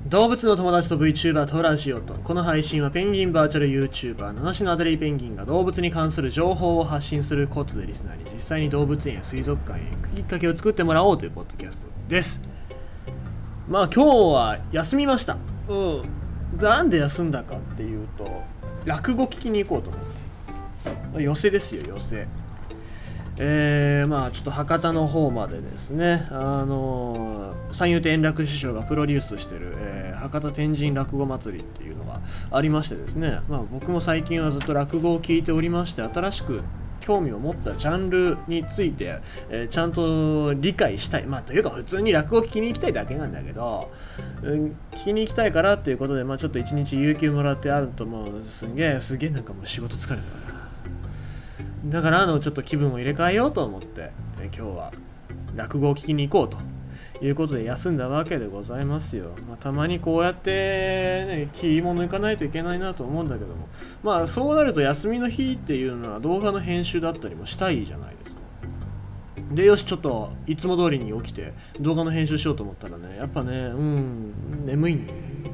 動物の友達と VTuber とラジオと。この配信はペンギンバーチャル YouTuber 七種のアデリーペンギンが動物に関する情報を発信することでリスナーに実際に動物園や水族館へ行くきっかけを作ってもらおうというポッドキャストです。まあ今日は休みました。なんで休んだかっていうと、落語聞きに行こうと思って。寄席ですよ、寄席。まあちょっと博多の方までですね、三遊亭円楽師匠がプロデュースしてる、博多天神落語祭りっていうのがありましてですね、まあ僕も最近はずっと落語を聞いておりまして、新しく興味を持ったジャンルについて、ちゃんと理解したい、まあというか普通に落語を聞きに行きたいだけなんだけど、聞きに行きたいからっていうことで、まあちょっと一日有給もらってあると、もうすげえなんかもう仕事疲れたからだからちょっと気分を入れ替えようと思って、今日は落語を聞きに行こうということで休んだわけでございますよ。まあ、たまにこうやってね、気も抜かないといけないなと思うんだけども、まあそうなると休みの日っていうのは動画の編集だったりもしたいじゃないですか。でよし、ちょっといつも通りに起きて動画の編集しようと思ったらね、やっぱね、眠いね。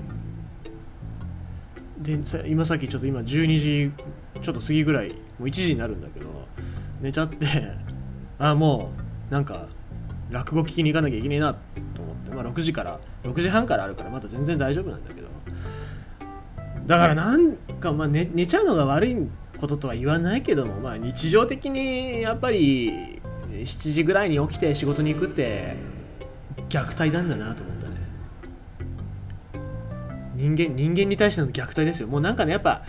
で今さっきちょっと今12時ちょっと過ぎぐらい、もう1時になるんだけど寝ちゃってもうなんか落語聞きに行かなきゃいけねえなと思って、まあ6時半からあるからまだ全然大丈夫なんだけど、だからなんかまあ 寝ちゃうのが悪いこととは言わないけども、まあ日常的にやっぱり7時ぐらいに起きて仕事に行くって虐待なんだなと思ったね。人間に対しての虐待ですよ。もうなんかね、やっぱ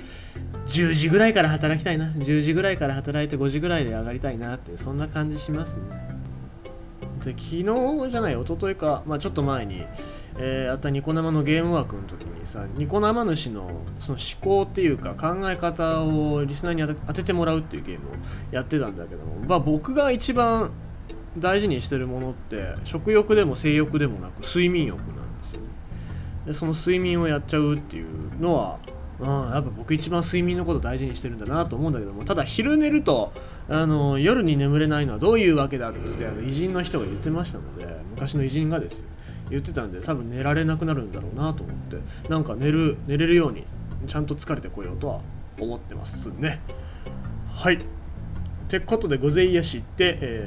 10時ぐらいから働きたいな、10時ぐらいから働いて5時ぐらいで上がりたいなって、そんな感じしますね。で昨日じゃない一昨日か、まあちょっと前に、あったニコ生のゲームワークの時にさ、ニコ生主のその思考っていうか考え方をリスナーに当ててもらうっていうゲームをやってたんだけども、まあ僕が一番大事にしてるものって食欲でも性欲でもなく睡眠欲なんですよね。でその睡眠をやっちゃうっていうのは、やっぱ僕一番睡眠のこと大事にしてるんだなと思うんだけども、ただ昼寝ると夜に眠れないのはどういうわけだって偉人の人が言ってましたので、昔の偉人がですよ言ってたんで、多分寝られなくなるんだろうなと思って、なんか寝れるようにちゃんと疲れてこようとは思ってますね。はいってことでごぜいやしって、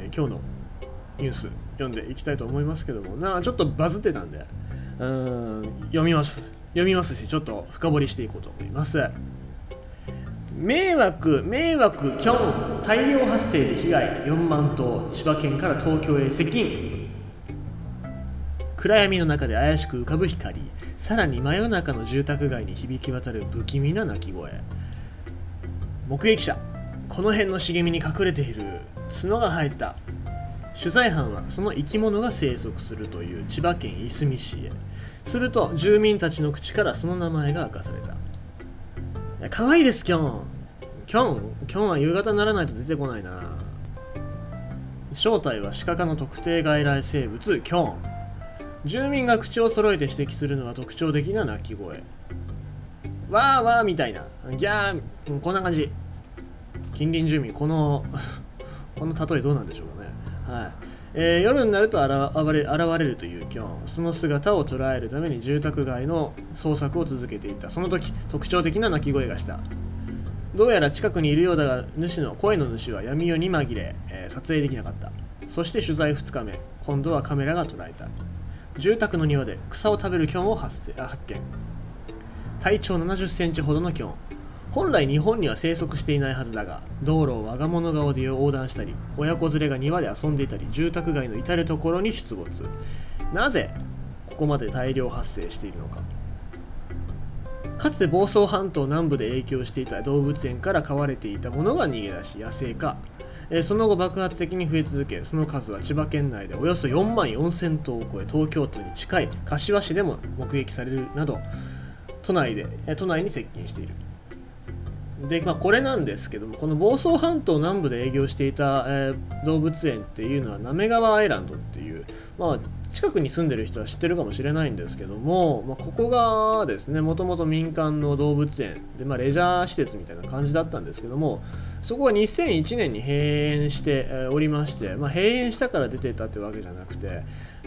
今日のニュース読んでいきたいと思いますけども、ちょっとバズってたんで読みますし、ちょっと深掘りしていこうと思います。迷惑キョン大量発生で被害4万頭、千葉県から東京へ接近。暗闇の中で怪しく浮かぶ光、さらに真夜中の住宅街に響き渡る不気味な鳴き声。目撃者、この辺の茂みに隠れている角が生えた。取材班はその生き物が生息するという千葉県いすみ市へ。すると住民たちの口からその名前が明かされた。可愛いですキョンは夕方にならないと出てこないな。正体は鹿科の特定外来生物キョン。住民が口を揃えて指摘するのは特徴的な鳴き声、わーわーみたいな、ギャー、こんな感じ。近隣住民この例えどうなんでしょうかね。はい。夜になると現れるというキョン。その姿を捉えるために住宅街の捜索を続けていた。その時特徴的な鳴き声がした。どうやら近くにいるようだが、声の主は闇夜に紛れ、撮影できなかった。そして取材2日目、今度はカメラが捉えた。住宅の庭で草を食べるキョンを発見。体長70センチほどのキョン。本来日本には生息していないはずだが、道路を我が物顔で横断したり、親子連れが庭で遊んでいたり、住宅街の至る所に出没。なぜここまで大量発生しているのか。かつて房総半島南部で影響していた動物園から飼われていたものが逃げ出し野生化。その後爆発的に増え続け、その数は千葉県内でおよそ4万4000頭を超え、東京都に近い柏市でも目撃されるなど、都内に接近している。でこれなんですけども、この房総半島南部で営業していた、動物園っていうのは滑川アイランドっていう、近くに住んでる人は知ってるかもしれないんですけども、ここがですね、もともと民間の動物園で、レジャー施設みたいな感じだったんですけども、そこが2001年に閉園しておりまして、閉園したから出てたってわけじゃなくて、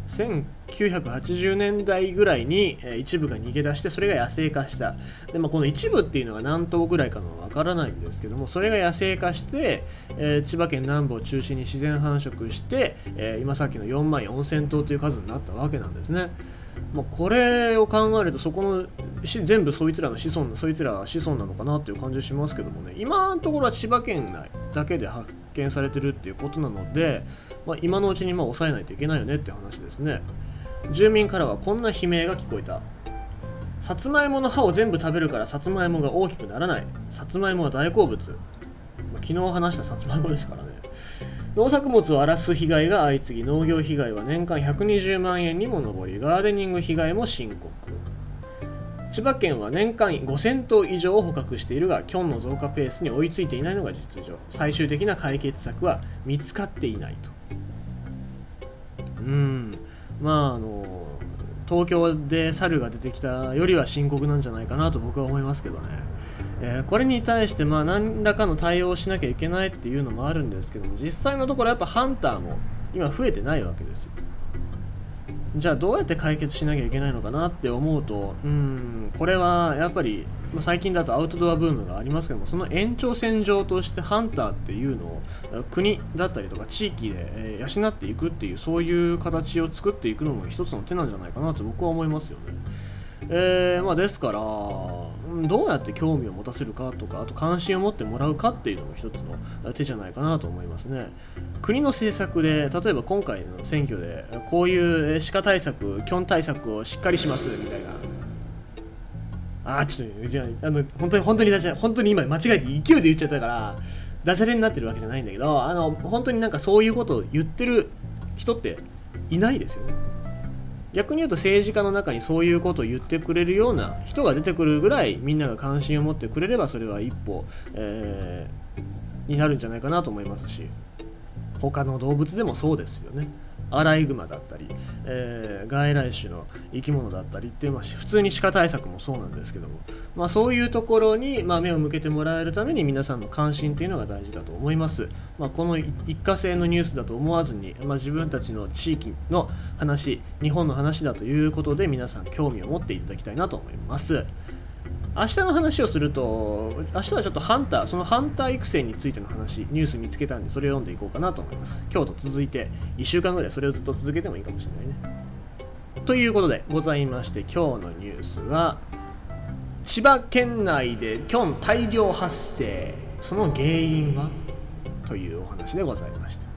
1980年代ぐらいに一部が逃げ出して、それが野生化した。で、この一部っていうのが何頭ぐらいかのわからないんですけども、それが野生化して、千葉県南部を中心に自然繁殖して、今さっきの4万4000頭という数になったわけなんですね。これを考えると、そこの全部そいつらが子孫なのかなっていう感じしますけどもね、今のところは千葉県内だけで発見されてるっていうことなので、今のうちに抑えないといけないよねっていう話ですね。住民からはこんな悲鳴が聞こえた。さつまいもの葉を全部食べるからさつまいもが大きくならない。さつまいもは大好物。昨日話したさつまいもですからね。農作物を荒らす被害が相次ぎ、農業被害は年間120万円にも上り、ガーデニング被害も深刻。千葉県は年間5000頭以上を捕獲しているが、キョンの増加ペースに追いついていないのが実情。最終的な解決策は見つかっていないと。東京で猿が出てきたよりは深刻なんじゃないかなと僕は思いますけどね。これに対して何らかの対応をしなきゃいけないっていうのもあるんですけども、実際のところやっぱハンターも今増えてないわけですよ。じゃあどうやって解決しなきゃいけないのかなって思うと、これはやっぱり最近だとアウトドアブームがありますけども、その延長線上としてハンターっていうのを国だったりとか地域で養っていくっていう、そういう形を作っていくのも一つの手なんじゃないかなと僕は思いますよね。ですからどうやって興味を持たせるかとか、あと関心を持ってもらうかっていうのも一つの手じゃないかなと思いますね。国の政策で、例えば今回の選挙でこういう鹿対策、キョン対策をしっかりしますみたいな、ちょっとじゃあ本当に今間違えて勢いで言っちゃったからダジャレになってるわけじゃないんだけど、本当にそういうことを言ってる人っていないですよね。逆に言うと政治家の中にそういうことを言ってくれるような人が出てくるぐらい、みんなが関心を持ってくれればそれは一歩、になるんじゃないかなと思いますし、他の動物でもそうですよね。アライグマだったり、外来種の生き物だったりっていう、普通に鹿対策もそうなんですけども、そういうところに、目を向けてもらえるために皆さんの関心というのが大事だと思います。この一過性のニュースだと思わずに、自分たちの地域の話、日本の話だということで皆さん興味を持っていただきたいなと思います。明日の話をすると、明日はちょっとそのハンター育成についての話、ニュース見つけたんでそれを読んでいこうかなと思います。今日と続いて1週間ぐらいそれをずっと続けてもいいかもしれないね。ということでございまして、今日のニュースは千葉県内でキョン大量発生、その原因はというお話でございました。